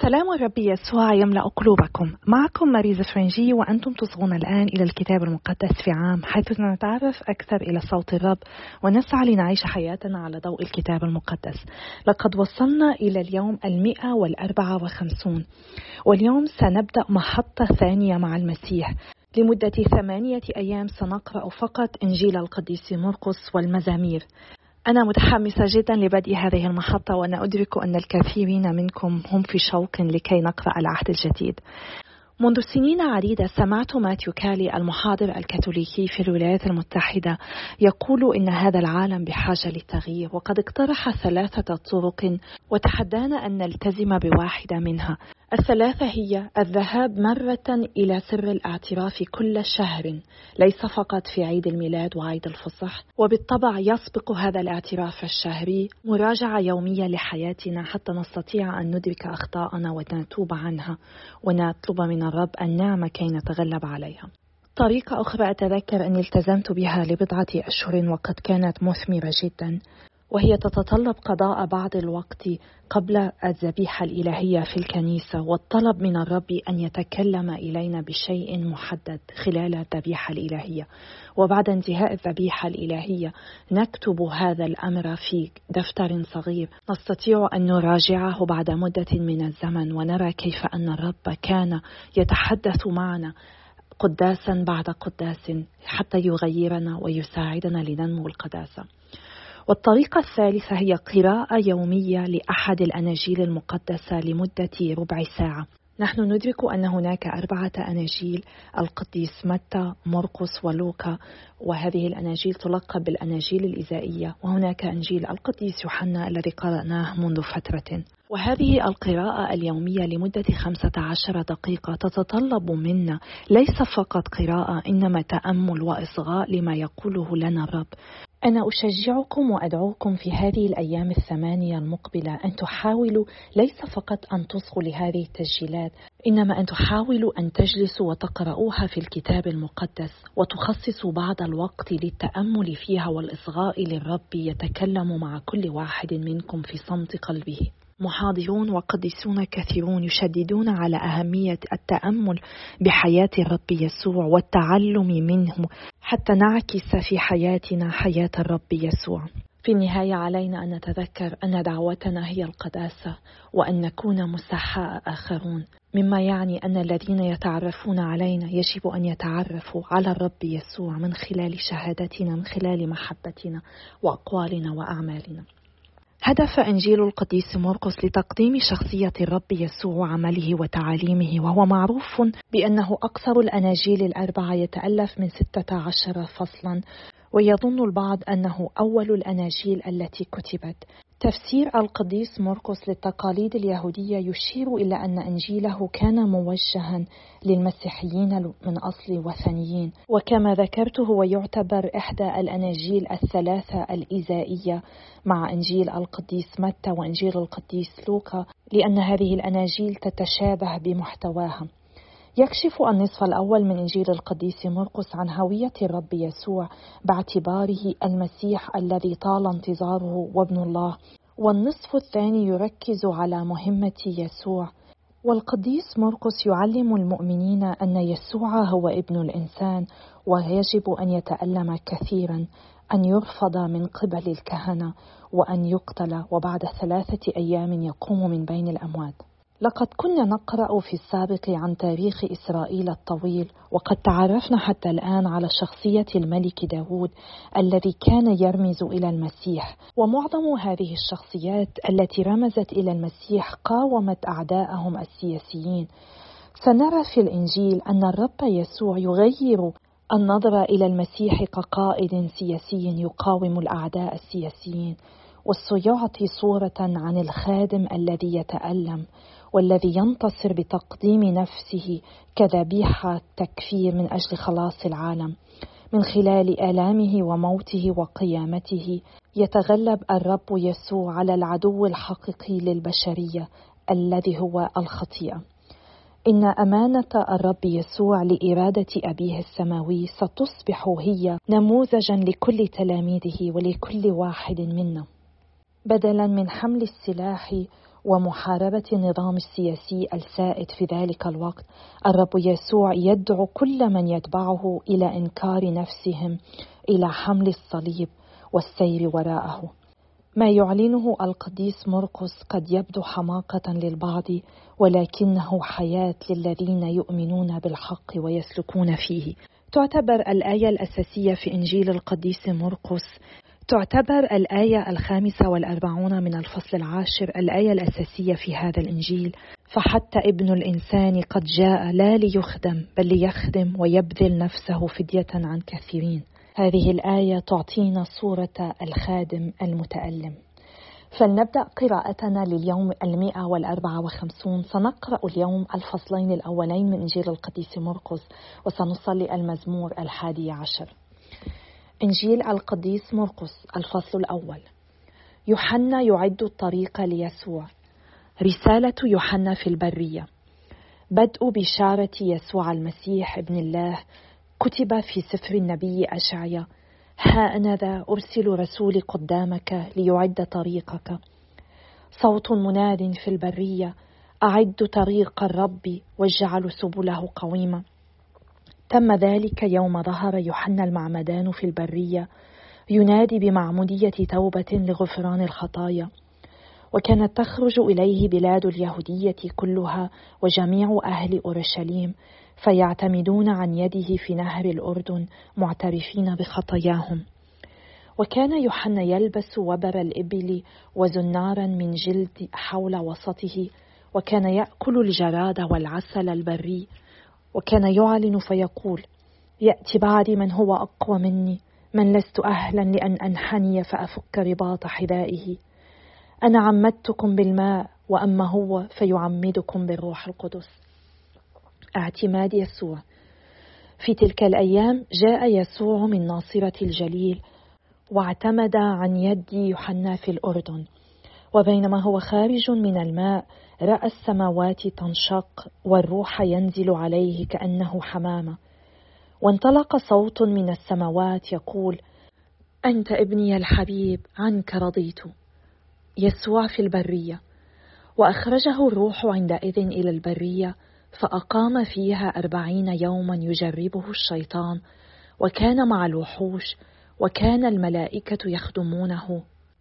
سلام الرب يسوع يملأ قلوبكم. معكم ماريزا فرنجي، وأنتم تصغون الآن إلى الكتاب المقدس في عام، حيث نتعرف أكثر إلى صوت الرب ونسعى لنعيش حياتنا على ضوء الكتاب المقدس. لقد وصلنا إلى اليوم 154، واليوم سنبدأ محطة ثانية مع المسيح. لمدة 8 أيام سنقرأ فقط إنجيل القديس مرقس والمزامير. أنا متحمسة جدا لبدء هذه المحطة، وأنا أدرك أن الكثيرين منكم هم في شوق لكي نقرأ العهد الجديد. منذ سنين عديدة سمعت ماثيو كالي المحاضر الكاثوليكي في الولايات المتحدة يقول إن هذا العالم بحاجة للتغيير، وقد اقترح 3 طرق وتحدانا أن نلتزم بواحدة منها. الثلاثة هي الذهاب مرة إلى سر الاعتراف كل شهر، ليس فقط في عيد الميلاد وعيد الفصح، وبالطبع يسبق هذا الاعتراف الشهري مراجعة يومية لحياتنا حتى نستطيع أن ندرك أخطاءنا ونتوب عنها ونطلب من الرب النعمة كي نتغلب عليها. طريقة أخرى أتذكر أني التزمت بها لبضعة أشهر وقد كانت مثمرة جدا، وهي تتطلب قضاء بعض الوقت قبل الذبيحة الإلهية في الكنيسة، والطلب من الرب أن يتكلم إلينا بشيء محدد خلال الذبيحة الإلهية. وبعد انتهاء الذبيحة الإلهية نكتب هذا الأمر في دفتر صغير نستطيع أن نراجعه بعد مدة من الزمن، ونرى كيف أن الرب كان يتحدث معنا قداسا بعد قداس حتى يغيرنا ويساعدنا لننمو القداسة. والطريقة الثالثة هي قراءة يومية لأحد الأناجيل المقدسة لمدة ربع ساعة. نحن ندرك أن هناك 4 أناجيل: القديس متى، مرقس ولوقا، وهذه الأناجيل تلقب بالأناجيل الإزائية، وهناك إنجيل القديس يوحنا الذي قرأناه منذ فترة. وهذه القراءة اليومية لمدة 15 دقيقة تتطلب منا ليس فقط قراءة، إنما تأمل وإصغاء لما يقوله لنا الرب. أنا أشجعكم وأدعوكم في هذه الأيام 8 المقبلة أن تحاولوا ليس فقط أن تصغوا لهذه التسجيلات، إنما أن تحاولوا أن تجلسوا وتقرؤوها في الكتاب المقدس، وتخصصوا بعض الوقت للتأمل فيها والإصغاء للرب يتكلم مع كل واحد منكم في صمت قلبه. محاضرون وقديسون كثيرون يشددون على أهمية التأمل بحياة الرب يسوع والتعلم منه حتى نعكس في حياتنا حياة الرب يسوع. في النهاية علينا أن نتذكر أن دعوتنا هي القداسة، وأن نكون مسحاء آخرون، مما يعني أن الذين يتعرفون علينا يجب أن يتعرفوا على الرب يسوع من خلال شهادتنا، من خلال محبتنا وأقوالنا وأعمالنا. هدف إنجيل القديس مرقس لتقديم شخصية الرب يسوع وعمله وتعاليمه، وهو معروف بأنه أقصر الأناجيل ال4، يتألف من 16 فصلا، ويظن البعض أنه أول الأناجيل التي كتبت. تفسير القديس مرقس للتقاليد اليهودية يشير إلى أن إنجيله كان موجها للمسيحيين من أصل وثنيين، وكما ذكرت هو يعتبر إحدى الأناجيل 3 الإزائية مع إنجيل القديس متى وإنجيل القديس لوقا، لأن هذه الأناجيل تتشابه بمحتواها. يكشف النصف الأول من إنجيل القديس مرقس عن هوية الرب يسوع باعتباره المسيح الذي طال انتظاره وابن الله، والنصف الثاني يركز على مهمة يسوع. والقديس مرقس يعلم المؤمنين أن يسوع هو ابن الإنسان، ويجب أن يتألم كثيرا، أن يرفض من قبل الكهنة، وأن يقتل، وبعد 3 أيام يقوم من بين الأموات. لقد كنا نقرأ في السابق عن تاريخ إسرائيل الطويل، وقد تعرفنا حتى الآن على شخصية الملك داود الذي كان يرمز إلى المسيح. ومعظم هذه الشخصيات التي رمزت إلى المسيح قاومت أعداءهم السياسيين. سنرى في الإنجيل أن الرب يسوع يغير النظرة إلى المسيح كقائد سياسي يقاوم الأعداء السياسيين، وسيعطي صورة عن الخادم الذي يتألم والذي ينتصر بتقديم نفسه كذبيحة تكفير من أجل خلاص العالم. من خلال آلامه وموته وقيامته يتغلب الرب يسوع على العدو الحقيقي للبشرية الذي هو الخطيئة. إن أمانة الرب يسوع لإرادة أبيه السماوي ستصبح هي نموذجا لكل تلاميذه ولكل واحد منا. بدلا من حمل السلاح ومحاربة النظام السياسي السائد في ذلك الوقت، الرب يسوع يدعو كل من يتبعه إلى إنكار نفسهم، إلى حمل الصليب والسير وراءه. ما يعلنه القديس مرقس قد يبدو حماقة للبعض، ولكنه حياة للذين يؤمنون بالحق ويسلكون فيه. تعتبر الآية الأساسية في إنجيل القديس مرقس، تعتبر الآية 45 من الفصل 10 الآية الأساسية في هذا الإنجيل. فحتى ابن الإنسان قد جاء لا ليخدم بل ليخدم ويبذل نفسه فدية عن كثيرين. هذه الآية تعطينا صورة الخادم المتألم. فلنبدأ قراءتنا لليوم 154. سنقرأ اليوم الفصلين الأولين من إنجيل القديس مرقس، وسنصلي المزمور 11. إنجيل القديس مرقس الفصل الأول. يوحنا يعد الطريق ليسوع. رسالة يوحنا في البرية. بدء بشارة يسوع المسيح ابن الله كتب في سفر النبي أشعيا: ها أنا ذا أرسل رسولي قدامك ليعد طريقك. صوت مناد في البرية: أعد طريق الرب واجعلوا سبله قويمة. تم ذلك يوم ظهر يوحنا المعمدان في البرية ينادي بمعمودية توبة لغفران الخطايا. وكانت تخرج إليه بلاد اليهودية كلها وجميع أهل أورشليم، فيعتمدون عن يده في نهر الأردن معترفين بخطاياهم. وكان يوحنا يلبس وبر الإبل وزنارا من جلد حول وسطه، وكان يأكل الجراد والعسل البري، وكان يعلن فيقول: يأتي بعدي من هو أقوى مني، من لست أهلا لأن أنحني فأفك رباط حذائه. أنا عمدتكم بالماء، وأما هو فيعمدكم بالروح القدس. اعتماد يسوع. في تلك الأيام جاء يسوع من ناصرة الجليل واعتمد عن يد يوحنا في الأردن. وبينما هو خارج من الماء رأى السماوات تنشق والروح ينزل عليه كأنه حمامة، وانطلق صوت من السماوات يقول: أنت ابني الحبيب، عنك رضيت. يسوع في البرية. وأخرجه الروح عندئذ إلى البرية، فأقام فيها 40 يوما يجربه الشيطان، وكان مع الوحوش، وكان الملائكة يخدمونه.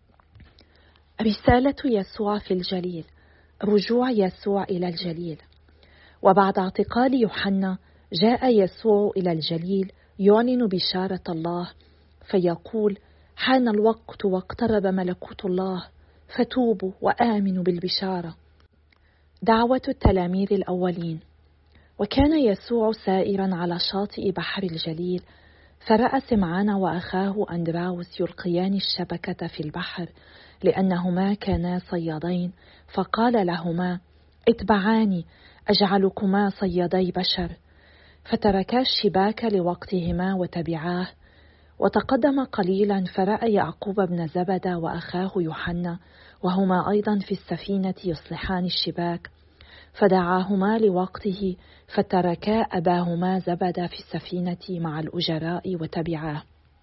رسالة يسوع في الجليل. رجوع يسوع إلى الجليل. وبعد اعتقال يوحنا جاء يسوع إلى الجليل يعلن بشارة الله، فيقول: حان الوقت واقترب ملكوت الله، فتوبوا وآمنوا بالبشارة. دعوة التلاميذ الأولين. وكان يسوع سائرا على شاطئ بحر الجليل، فرأى سمعان وأخاه أندراوس يلقيان الشبكة في البحر لأنهما كانا صيادين، فقال لهما: اتبعاني أجعلكما صيادي بشر. فتركا الشباك لوقتهما وتبعاه. وتقدم قليلا فرأى يعقوب بن زبدة وأخاه يوحنا وهما أيضا في السفينة يصلحان الشباك، فدعاهما لوقته، فتركا أباهما زبدة في السفينة مع الأجراء وتبعاه.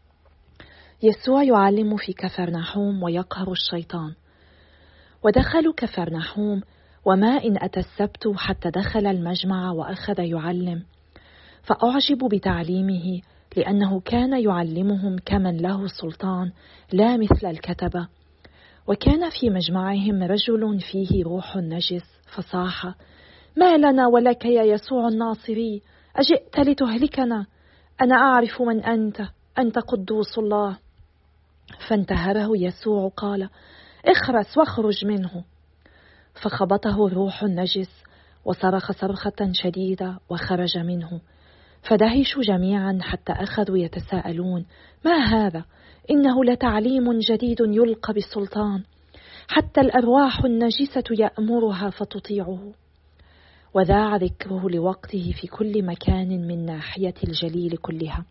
يسوع يعلم في كفرنحوم ويقهر الشيطان. ودخلوا كفرنحوم، وما إن أتى السبت حتى دخل المجمع وأخذ يعلم، فأعجبوا بتعليمه، لأنه كان يعلمهم كمن له سلطان لا مثل الكتبة. وكان في مجمعهم رجل فيه روح نجس، فصاح: ما لنا ولك يا يسوع الناصري؟ أجئت لتهلكنا؟ أنا أعرف من أنت قدوس الله. فانتهره يسوع قال: اخرس واخرج منه. فخبطه الروح النجس وصرخ صرخة شديدة وخرج منه، فدهشوا جميعا حتى أخذوا يتساءلون: ما هذا؟ إنه لتعليم جديد يلقى بالسلطان، حتى الأرواح النجسة يأمرها فتطيعه. وذاع ذكره لوقته في كل مكان من ناحية الجليل كلها.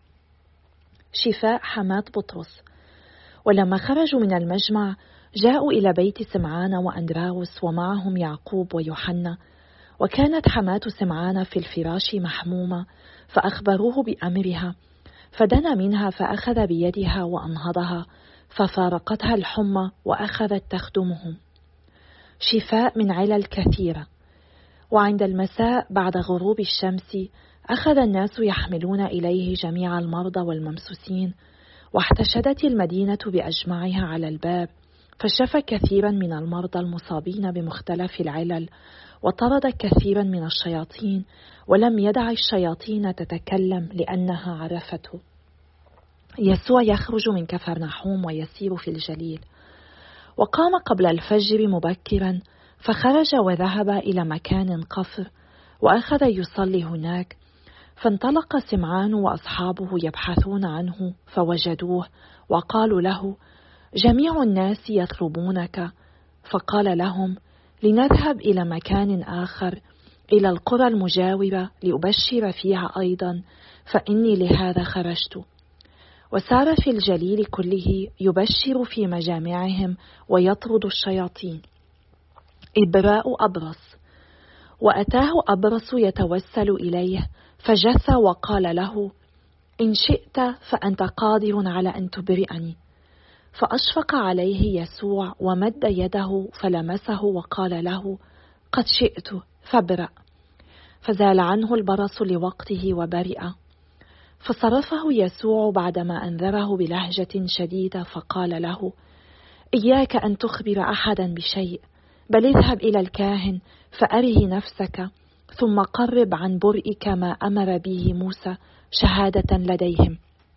شفاء حماة بطرس. ولما خرجوا من المجمع جاءوا إلى بيت سمعان وأندراوس ومعهم يعقوب ويوحنا، وكانت حماة سمعان في الفراش محمومة، فأخبروه بأمرها، فدنا منها فأخذ بيدها وأنهضها، ففارقتها الحمى وأخذت تخدمهم. شفاء من علل كثيرة. وعند المساء بعد غروب الشمس أخذ الناس يحملون إليه جميع المرضى والممسوسين، واحتشدت المدينة بأجمعها على الباب، فشفى كثيرا من المرضى المصابين بمختلف العلل، وطرد كثيرا من الشياطين، ولم يدع الشياطين تتكلم لأنها عرفته. يسوع يخرج من كفرنحوم ويسير في الجليل. وقام قبل الفجر مبكرا، فخرج وذهب إلى مكان قفر، وأخذ يصلي هناك. فانطلق سمعان وأصحابه يبحثون عنه، فوجدوه وقالوا له: جميع الناس يطلبونك. فقال لهم: لنذهب إلى مكان آخر، إلى القرى المجاورة، لأبشر فيها أيضا، فإني لهذا خرجت. وسار في الجليل كله يبشر في مجامعهم ويطرد الشياطين. إبراء أبرص. وأتاه أبرص يتوسل إليه، فجثى وقال له: إن شئت فأنت قادر على أن تبرئني. فأشفق عليه يسوع ومد يده فلمسه وقال له: قد شئت، فابرأ. فزال عنه البرص لوقته وبرئ. فصرفه يسوع بعدما أنذره بلهجة شديدة، فقال له: إياك أن تخبر أحدا بشيء، بل اذهب إلى الكاهن فأره نفسك، ثم قرب عن برئك ما أمر به موسى شهادة لديهم.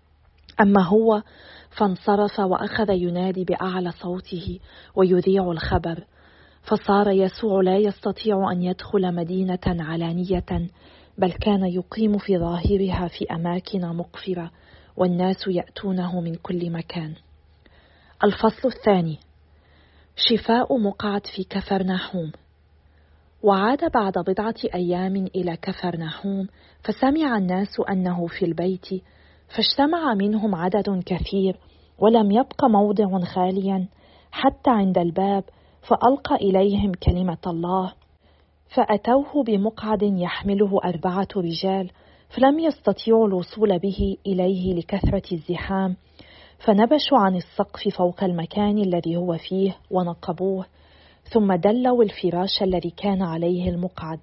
أما هو فانصرف وأخذ ينادي بأعلى صوته ويذيع الخبر. فصار يسوع لا يستطيع أن يدخل مدينة علانية، بل كان يقيم في ظاهرها في أماكن مقفرة، والناس يأتونه من كل مكان. الفصل الثاني: شفاء مقعد في كفرنحوم. وعاد بعد بضعة أيام إلى كفرنحوم، فسمع الناس أنه في البيت، فاجتمع منهم عدد كثير، ولم يبق موضع خاليا حتى عند الباب، فألقى إليهم كلمة الله. فأتوه بمقعد يحمله 4 رجال، فلم يستطيعوا الوصول به إليه لكثرة الزحام، فنبشوا عن السقف فوق المكان الذي هو فيه ونقبوه، ثم دلوا الفراش الذي كان عليه المقعد.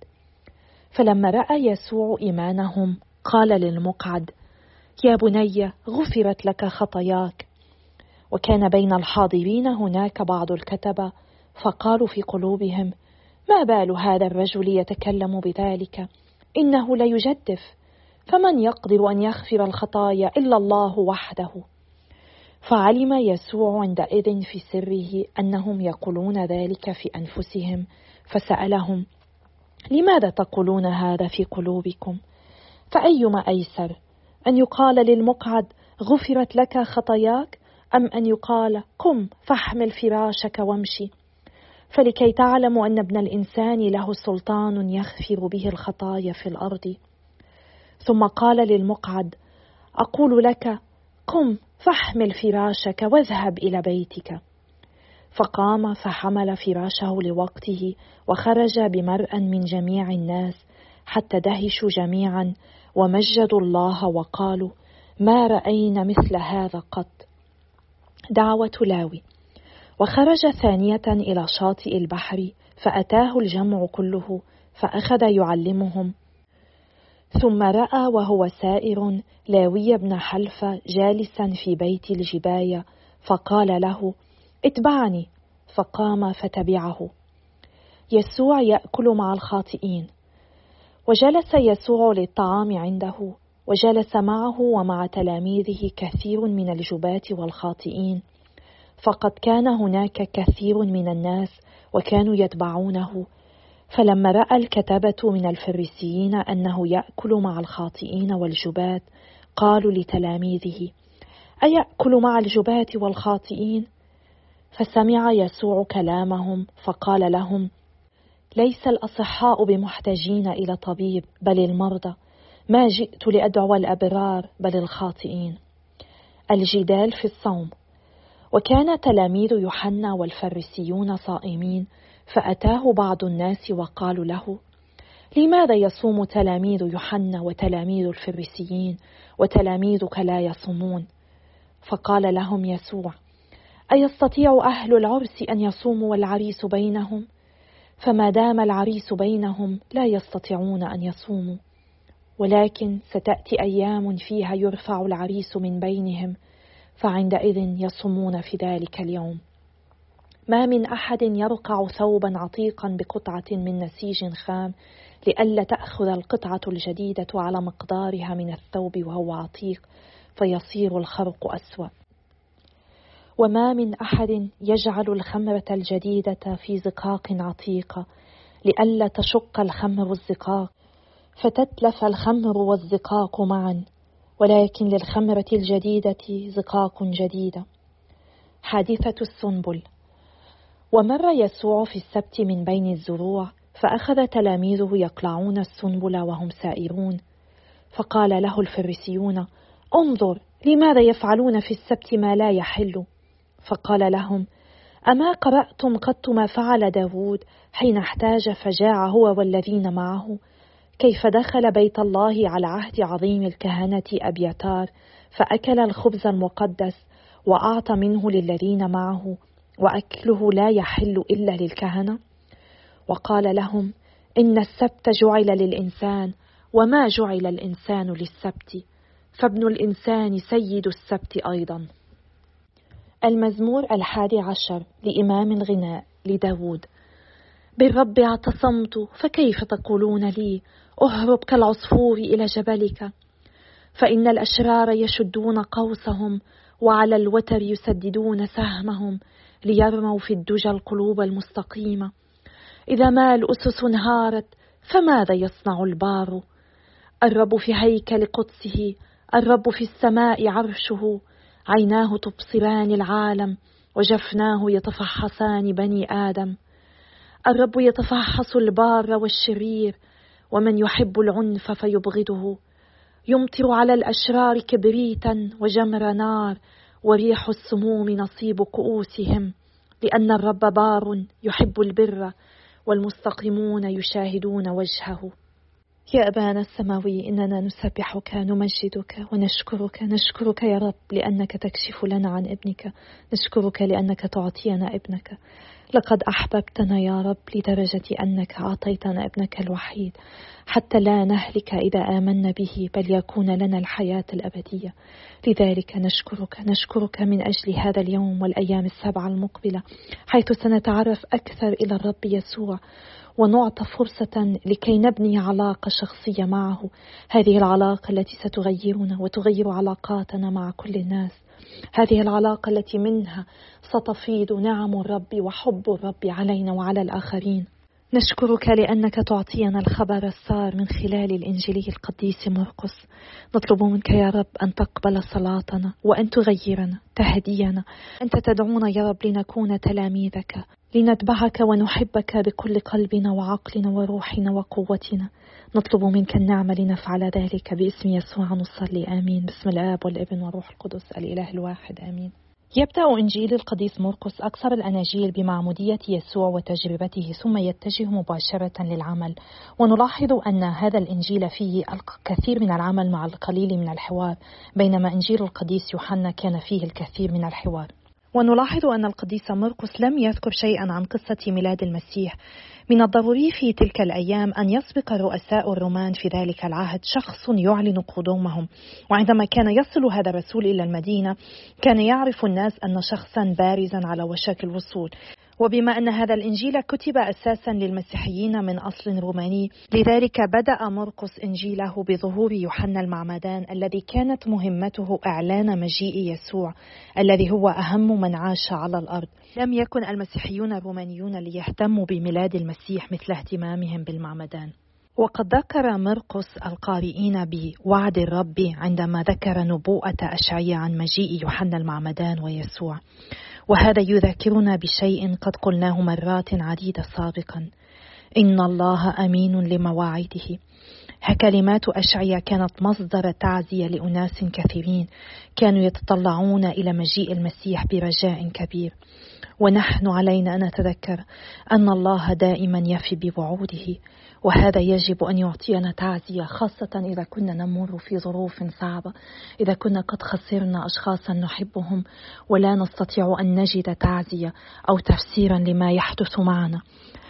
فلما رأى يسوع إيمانهم قال للمقعد: يا بني، غفرت لك خطاياك. وكان بين الحاضرين هناك بعض الكتبة، فقالوا في قلوبهم: ما بال هذا الرجل يتكلم بذلك؟ إنه ليجدف، فمن يقدر أن يغفر الخطايا إلا الله وحده. فعلم يسوع عندئذ في سره أنهم يقولون ذلك في أنفسهم، فسألهم: لماذا تقولون هذا في قلوبكم؟ فأيما أيسر، أن يقال للمقعد: غفرت لك خطاياك، أم أن يقال: قم فاحمل فراشك وامشي؟ فلكي تعلموا أن ابن الإنسان له سلطان يغفر به الخطايا في الأرض. ثم قال للمقعد: أقول لك، قم فاحمل فراشك واذهب إلى بيتك. فقام فحمل فراشه لوقته، وخرج بمرأ من جميع الناس، حتى دهشوا جميعا ومجدوا الله وقالوا: ما رأينا مثل هذا قط. دعوة لاوي. وخرج ثانية إلى شاطئ البحر، فأتاه الجمع كله، فأخذ يعلمهم. ثم رأى وهو سائر لاوي بن حلفة جالسا في بيت الجباية، فقال له: اتبعني. فقام فتبعه. يسوع يأكل مع الخاطئين. وجلس يسوع للطعام عنده، وجلس معه ومع تلاميذه كثير من الجباة والخاطئين، فقد كان هناك كثير من الناس وكانوا يتبعونه. فلما رأى الكتبة من الفريسيين أنه يأكل مع الخاطئين والجباة، قالوا لتلاميذه: أيأكل مع الجباة والخاطئين؟ فسمع يسوع كلامهم، فقال لهم: ليس الأصحاء بمحتاجين إلى طبيب، بل المرضى. ما جئت لأدعو الأبرار، بل الخاطئين. الجدال في الصوم. وكان تلاميذ يوحنا والفريسيون صائمين، فأتاه بعض الناس وقالوا له: لماذا يصوم تلاميذ يوحنا وتلاميذ الفريسيين وتلاميذك لا يصومون؟ فقال لهم يسوع: أيستطيع أهل العرس أن يصوموا والعريس بينهم؟ فما دام العريس بينهم لا يستطيعون أن يصوموا، ولكن ستأتي أيام فيها يرفع العريس من بينهم، فعندئذ يصومون في ذلك اليوم. ما من أحد يرقع ثوبا عتيقا بقطعة من نسيج خام لئلا تأخذ القطعة الجديدة على مقدارها من الثوب وهو عتيق فيصير الخرق أسوأ. وما من أحد يجعل الخمرة الجديدة في زقاق عتيقة لئلا تشق الخمر الزقاق فتتلف الخمر والزقاق معا، ولكن للخمرة الجديدة زقاق جديدة. حادثة السنبل. ومر يسوع في السبت من بين الزروع، فأخذ تلاميذه يقلعون السنبل وهم سائرون، فقال له الفريسيون: انظر، لماذا يفعلون في السبت ما لا يحل؟ فقال لهم: أما قرأتم قط ما فعل داود حين احتاج فجاع هو والذين معه، كيف دخل بيت الله على عهد عظيم الكهنة أبياتار فأكل الخبز المقدس وأعطى منه للذين معه، وأكله لا يحل إلا للكهنة؟ وقال لهم: إن السبت جعل للإنسان، وما جعل الإنسان للسبت، فابن الإنسان سيد السبت أيضا. المزمور 11 لإمام الغناء لداود. بالرب اعتصمت، فكيف تقولون لي اهرب كالعصفور إلى جبلك؟ فإن الأشرار يشدون قوسهم، وعلى الوتر يسددون سهمهم، ليرموا في الدجى القلوب المستقيمة. إذا ما الأسس انهارت فماذا يصنع البار؟ الرب في هيكل قدسه، الرب في السماء عرشه، عيناه تبصران العالم، وجفناه يتفحصان بني آدم. الرب يتفحص البار والشرير، ومن يحب العنف فيبغضه. يمطر على الأشرار كبريتا وجمر نار، وريح السموم نصيب كؤوسهم، لأن الرب بار يحب البر، والمستقيمون يشاهدون وجهه. يا أبانا السماوي، إننا نسبحك نمجدك ونشكرك. نشكرك يا رب لأنك تكشف لنا عن ابنك، نشكرك لأنك تعطينا ابنك. لقد أحببتنا يا رب لدرجة أنك أعطيتنا ابنك الوحيد حتى لا نهلك إذا آمنا به، بل يكون لنا الحياة الأبدية. لذلك نشكرك من أجل هذا اليوم والأيام 7 المقبلة، حيث سنتعرف أكثر إلى الرب يسوع ونعطى فرصة لكي نبني علاقة شخصية معه، هذه العلاقة التي ستغيرنا وتغير علاقاتنا مع كل الناس، هذه العلاقة التي منها ستفيض نعم الرب وحب الرب علينا وعلى الآخرين. نشكرك لأنك تعطينا الخبر السار من خلال الإنجيلي القديس مرقس. نطلب منك يا رب أن تقبل صلاتنا وأن تغيرنا، تهدينا. أنت تدعونا يا رب لنكون تلاميذك، لنتبعك ونحبك بكل قلبنا وعقلنا وروحنا وقوتنا. نطلب منك النعمة لنفعل ذلك، باسم يسوع نصلي آمين. باسم الآب والابن والروح القدس الإله الواحد آمين. يبدأ إنجيل القديس مرقس أكثر الأناجيل بمعمودية يسوع وتجربته، ثم يتجه مباشرة للعمل، ونلاحظ أن هذا الإنجيل فيه الكثير من العمل مع القليل من الحوار، بينما إنجيل القديس يوحنا كان فيه الكثير من الحوار. ونلاحظ أن القديس مرقس لم يذكر شيئا عن قصة ميلاد المسيح. من الضروري في تلك الأيام أن يسبق رؤساء الرومان في ذلك العهد شخص يعلن قدومهم، وعندما كان يصل هذا الرسول إلى المدينة كان يعرف الناس أن شخصا بارزا على وشك الوصول. وبما أن هذا الإنجيل كتب أساسا للمسيحيين من أصل روماني، لذلك بدأ مرقس إنجيله بظهور يوحنا المعمدان الذي كانت مهمته إعلان مجيء يسوع الذي هو أهم من عاش على الأرض. لم يكن المسيحيون الرومانيون ليهتموا بميلاد المسيح مثل اهتمامهم بالمعمدان. وقد ذكر مرقس القارئين بوعد الرب عندما ذكر نبوءة أشعياء عن مجيء يوحنا المعمدان ويسوع، وهذا يذكرنا بشيء قد قلناه مرات عديدة سابقا: إن الله أمين لمواعيده. كلمات أشعياء كانت مصدر تعزية لأناس كثيرين كانوا يتطلعون إلى مجيء المسيح برجاء كبير، ونحن علينا أن نتذكر أن الله دائما يفي بوعوده، وهذا يجب أن يعطينا تعزية، خاصة إذا كنا نمر في ظروف صعبة، إذا كنا قد خسرنا أشخاصا نحبهم ولا نستطيع أن نجد تعزية أو تفسيرا لما يحدث معنا.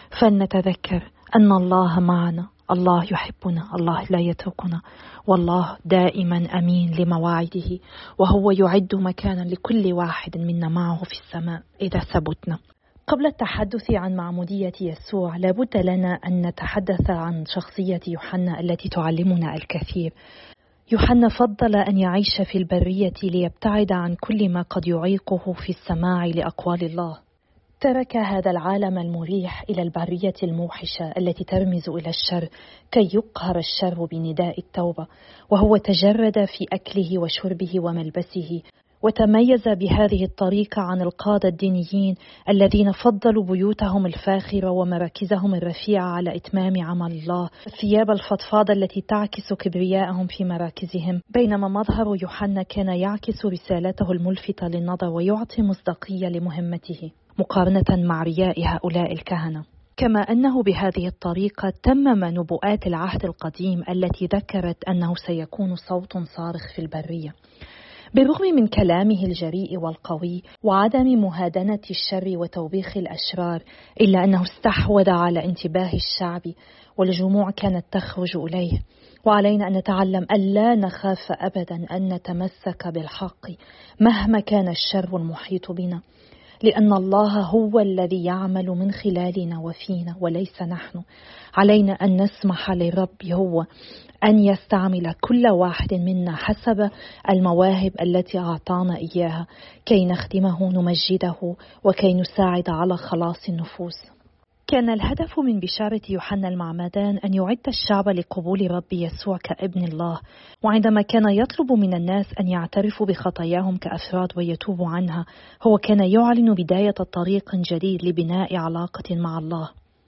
فلنتذكر أن الله معنا، الله يحبنا، الله لا يتركنا، والله دائما أمين لمواعيده، وهو يعد مكانا لكل واحد منا معه في السماء إذا ثبتنا. قبل التحدث عن معمودية يسوع لابد لنا أن نتحدث عن شخصية يوحنا التي تعلمنا الكثير. يوحنا فضل أن يعيش في البرية ليبتعد عن كل ما قد يعيقه في السماع لأقوال الله. ترك هذا العالم المريح إلى البرية الموحشة التي ترمز إلى الشر كي يقهر الشر بنداء التوبة، وهو تجرد في أكله وشربه وملبسه، وتميز بهذه الطريقة عن القادة الدينيين الذين فضلوا بيوتهم الفاخرة ومراكزهم الرفيعة على إتمام عمل الله، الثياب الفضفاضة التي تعكس كبرياءهم في مراكزهم، بينما مظهر يوحنا كان يعكس رسالته الملفتة للنظر ويعطي مصداقية لمهمته مقارنة مع رياء هؤلاء الكهنة. كما أنه بهذه الطريقة تمم نبوءات العهد القديم التي ذكرت أنه سيكون صوت صارخ في البرية. بالرغم من كلامه الجريء والقوي وعدم مهادنة الشر وتوبيخ الأشرار، إلا أنه استحوذ على انتباه الشعب، والجموع كانت تخرج إليه. وعلينا أن نتعلم ألا نخاف أبدا أن نتمسك بالحق مهما كان الشر المحيط بنا، لأن الله هو الذي يعمل من خلالنا وفينا وليس نحن. علينا أن نسمح للرب هو أن يستعمل كل واحد منا حسب المواهب التي أعطانا إياها كي نخدمه نمجده وكي نساعد على خلاص النفوس. كان الهدف من بشارة يوحنا المعمدان أن يعد الشعب لقبول رب يسوع كابن الله، وعندما كان يطلب من الناس أن يعترفوا بخطاياهم كأفراد ويتوبوا عنها، هو كان يعلن بداية طريق جديد لبناء علاقة مع الله.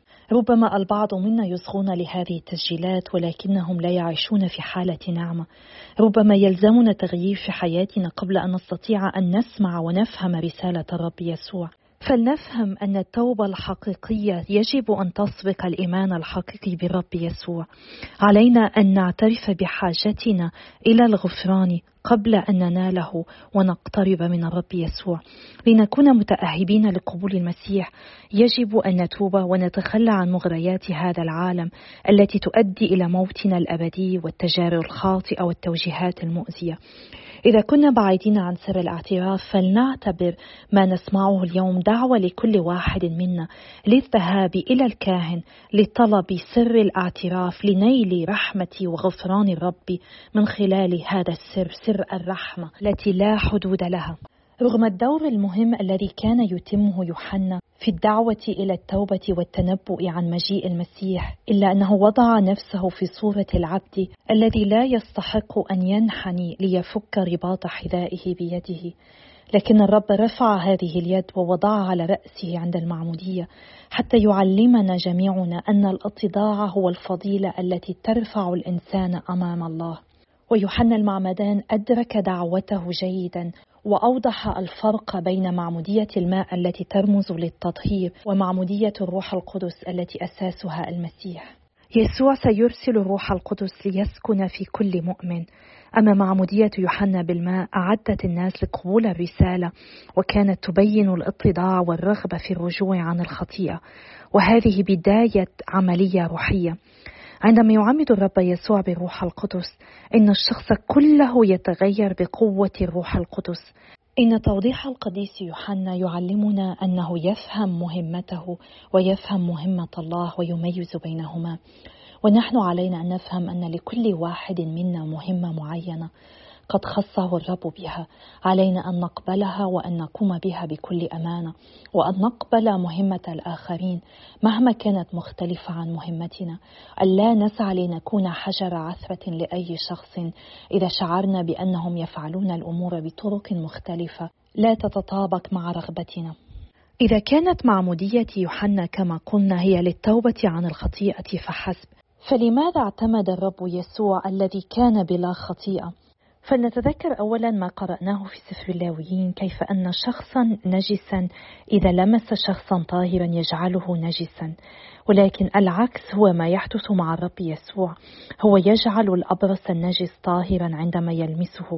ربما البعض منا يصغون لهذه التسجيلات ولكنهم لا يعيشون في حالة نعمة. ربما يلزمنا تغيير في حياتنا قبل أن نستطيع أن نسمع ونفهم رسالة الرب يسوع. فلنفهم أن التوبة الحقيقية يجب أن تسبق الإيمان الحقيقي بالرب يسوع. علينا أن نعترف بحاجتنا إلى الغفران قبل أن نناله ونقترب من الرب يسوع. لنكون متأهبين لقبول المسيح يجب أن نتوب ونتخلى عن مغريات هذا العالم التي تؤدي إلى موتنا الأبدي والتجارب الخاطئة والتوجيهات المؤذية. إذا كنا بعيدين عن سر الاعتراف، فلنعتبر ما نسمعه اليوم دعوة لكل واحد منا للذهاب إلى الكاهن لطلب سر الاعتراف لنيل رحمة وغفران الرب من خلال هذا السر، سر الرحمة التي لا حدود لها. رغم الدور المهم الذي كان يتمه يوحنا في الدعوة إلى التوبة والتنبؤ عن مجيء المسيح، إلا أنه وضع نفسه في صورة العبد الذي لا يستحق أن ينحني ليفك رباط حذائه بيده. لكن الرب رفع هذه اليد ووضعها على رأسه عند المعمودية حتى يعلمنا جميعنا أن الاتضاع هو الفضيلة التي ترفع الإنسان أمام الله. ويوحنا المعمدان أدرك دعوته جيدا وأوضح الفرق بين معمودية الماء التي ترمز للتطهير ومعمودية الروح القدس التي أساسها المسيح. يسوع سيرسل الروح القدس ليسكن في كل مؤمن، أما معمودية يوحنا بالماء أعدت الناس لقبول الرسالة، وكانت تبين الاتضاع والرغبة في الرجوع عن الخطيئة، وهذه بداية عملية روحية. عندما يعمد الرب يسوع بالروح القدس، إن الشخص كله يتغير بقوة الروح القدس. إن توضيح القديس يوحنا يعلمنا أنه يفهم مهمته ويفهم مهمة الله ويميز بينهما، ونحن علينا أن نفهم أن لكل واحد منا مهمة معينة قد خصه الرب بها. علينا أن نقبلها وأن نقوم بها بكل أمانة، وأن نقبل مهمة الآخرين مهما كانت مختلفة عن مهمتنا. ألا نسعى لنكون حجر عثرة لأي شخص إذا شعرنا بأنهم يفعلون الأمور بطرق مختلفة لا تتطابق مع رغبتنا. إذا كانت معمودية يوحنا كما قلنا هي للتوبة عن الخطيئة فحسب، فلماذا اعتمد الرب يسوع الذي كان بلا خطيئة؟ فلنتذكر أولا ما قرأناه في سفر اللاويين، كيف أن شخصا نجسا إذا لمس شخصا طاهرا يجعله نجسا، ولكن العكس هو ما يحدث مع الرب يسوع. هو يجعل الأبرص النجس طاهرا عندما يلمسه.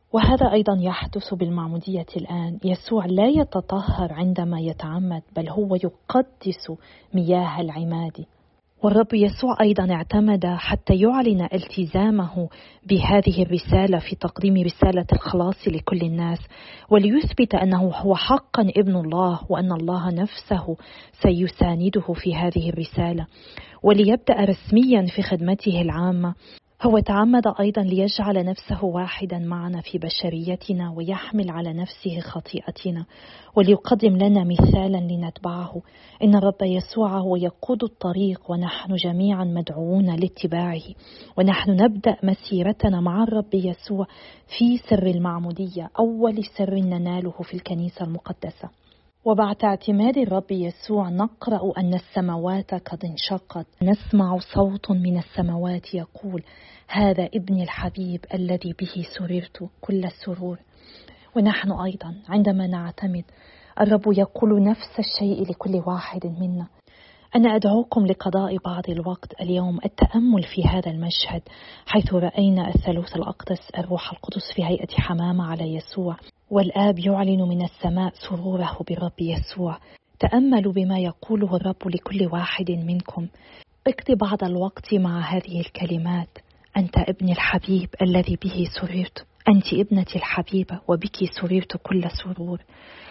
وهذا أيضا يحدث بالمعمودية الآن. يسوع لا يتطهر عندما يتعمد، بل هو يقدس مياه العماد. والرب يسوع أيضا اعتمد حتى يعلن التزامه بهذه الرسالة في تقديم رسالة الخلاص لكل الناس، وليثبت أنه هو حقا ابن الله، وأن الله نفسه سيسانده في هذه الرسالة، وليبدأ رسميا في خدمته العامة. هو تعمد أيضا ليجعل نفسه واحدا معنا في بشريتنا، ويحمل على نفسه خطيئتنا، وليقدم لنا مثالا لنتبعه. إن الرب يسوع هو يقود الطريق، ونحن جميعا مدعوون لاتباعه. ونحن نبدأ مسيرتنا مع الرب يسوع في سر المعمودية، أول سر نناله في الكنيسة المقدسة. وبعد اعتماد الرب يسوع نقرأ أن السماوات قد انشقت، نسمع صوت من السماوات يقول: هذا ابني الحبيب الذي به سررت كل السرور. ونحن أيضا عندما نعتمد الرب يقول نفس الشيء لكل واحد منا. أنا أدعوكم لقضاء بعض الوقت اليوم التأمل في هذا المشهد، حيث رأينا الثالوث الأقدس الروح القدس في هيئة حمامة على يسوع، والآب يعلن من السماء سروره بالرب يسوع. تأملوا بما يقوله الرب لكل واحد منكم. اقضي بعض الوقت مع هذه الكلمات: أنت ابني الحبيب الذي به سررت، أنت ابنتي الحبيبة وبك سررت كل سرور.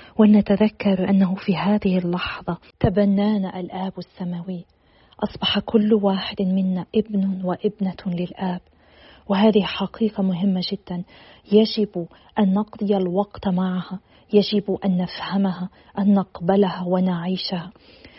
ولنتذكر أنه في هذه اللحظة تبنانا الآب السماوي، أصبح كل واحد منا ابن وابنة للآب. وهذه حقيقة مهمة جدا، يجب أن نقضي الوقت معها، يجب أن نفهمها، أن نقبلها ونعيشها.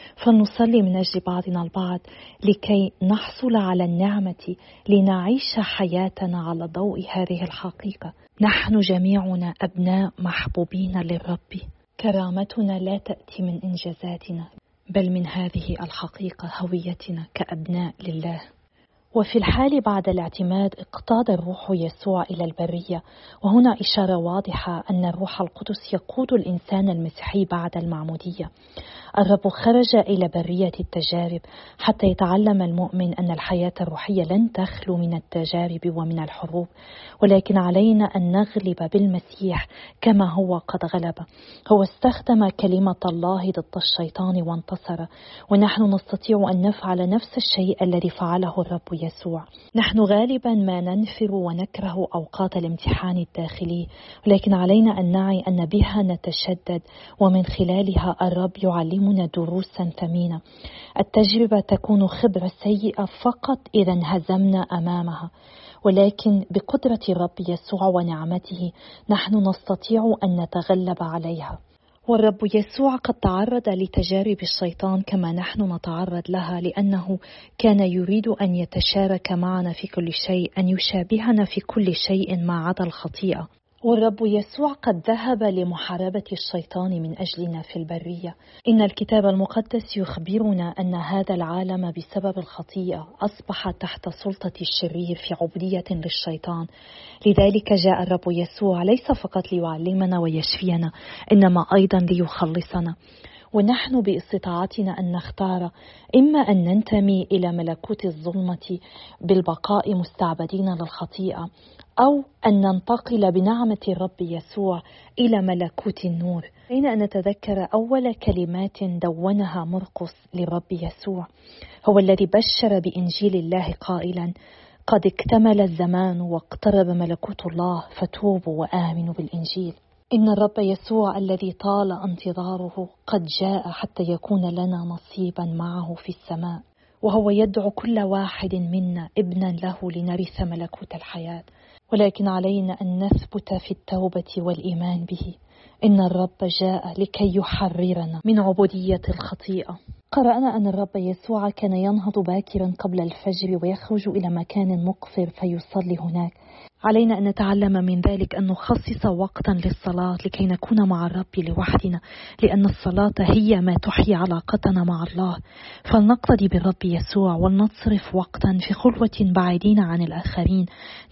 فلنصلي من أجل بعضنا البعض لكي نحصل على النعمة لنعيش حياتنا على ضوء هذه الحقيقة. نحن جميعنا أبناء محبوبين للرب. كرامتنا لا تأتي من إنجازاتنا، بل من هذه الحقيقة، هويتنا كأبناء لله. وفي الحال بعد الاعتماد اقتاد الروح يسوع إلى البرية، وهنا إشارة واضحة أن الروح القدس يقود الإنسان المسيحي بعد المعمودية. الرب خرج إلى برية التجارب حتى يتعلم المؤمن أن الحياة الروحية لن تخلو من التجارب ومن الحروب، ولكن علينا أن نغلب بالمسيح كما هو قد غلب. هو استخدم كلمة الله ضد الشيطان وانتصر، ونحن نستطيع أن نفعل نفس الشيء الذي فعله الرب يسوع. نحن غالبا ما ننفر ونكره أوقات الامتحان الداخلي، ولكن علينا أن نعي أن بها نتشدد، ومن خلالها الرب يعلمنا دروسا ثمينة. التجربة تكون خبرة سيئة فقط إذا انهزمنا أمامها، ولكن بقدرة الرب يسوع ونعمته نحن نستطيع أن نتغلب عليها. والرب يسوع قد تعرض لتجارب الشيطان كما نحن نتعرض لها، لأنه كان يريد أن يتشارك معنا في كل شيء، أن يشابهنا في كل شيء ما عدا الخطيئة. والرب يسوع قد ذهب لمحاربة الشيطان من أجلنا في البرية. إن الكتاب المقدس يخبرنا أن هذا العالم بسبب الخطيئة أصبح تحت سلطة الشرير في عبودية للشيطان. لذلك جاء الرب يسوع ليس فقط ليعلمنا ويشفينا، إنما أيضا ليخلصنا. ونحن باستطاعتنا أن نختار، إما أن ننتمي إلى ملكوت الظلمة بالبقاء مستعبدين للخطيئة، أو أن ننتقل بنعمة الرب يسوع إلى ملكوت النور. علينا أن نتذكر أول كلمات دونها مرقس للرب يسوع، هو الذي بشر بإنجيل الله قائلا: قد اكتمل الزمان واقترب ملكوت الله، فتوبوا وآمنوا بالإنجيل. إن الرب يسوع الذي طال انتظاره قد جاء حتى يكون لنا نصيبا معه في السماء، وهو يدعو كل واحد منا ابنا له لنرث ملكوت الحياة. ولكن علينا أن نثبت في التوبة والإيمان به. إن الرب جاء لكي يحررنا من عبودية الخطيئة. قرأنا أن الرب يسوع كان ينهض باكرا قبل الفجر ويخرج إلى مكان مقفر فيصلي هناك. علينا أن نتعلم من ذلك أن نخصص وقتا للصلاة لكي نكون مع الرب لوحدنا، لأن الصلاة هي ما تحيي علاقتنا مع الله. فلنقتدي بالرب يسوع ولنصرف وقتا في خلوة بعيدين عن الآخرين،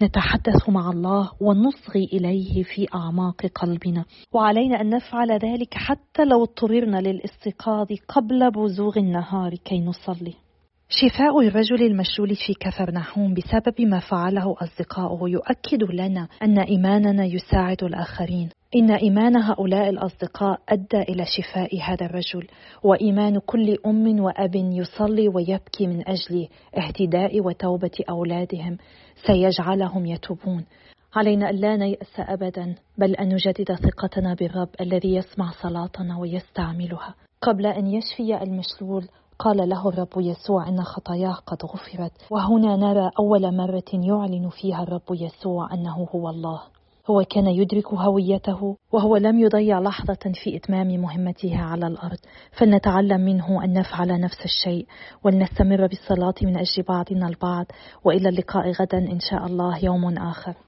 نتحدث مع الله ونصغي إليه في أعماق قلبنا. وعلينا أن نفعل ذلك حتى لو اضطررنا للاستيقاظ قبل بزوغ النهار كي نصلي. شفاء الرجل المشلول في كفرنحوم بسبب ما فعله أصدقاؤه يؤكد لنا أن إيماننا يساعد الآخرين. إن إيمان هؤلاء الأصدقاء أدى إلى شفاء هذا الرجل، وإيمان كل أم وأب يصلي ويبكي من أجل اهتداء وتوبة أولادهم سيجعلهم يتوبون. علينا ألا نيأس أبدا، بل أن نجدد ثقتنا بالرب الذي يسمع صلاتنا ويستعملها. قبل أن يشفي المشلول قال له الرب يسوع إن خطاياه قد غفرت، وهنا نرى أول مرة يعلن فيها الرب يسوع أنه هو الله. هو كان يدرك هويته، وهو لم يضيع لحظة في إتمام مهمته على الأرض. فلنتعلم منه أن نفعل نفس الشيء، ولنستمر بالصلاة من أجل بعضنا البعض. وإلى اللقاء غدا إن شاء الله، يوم آخر.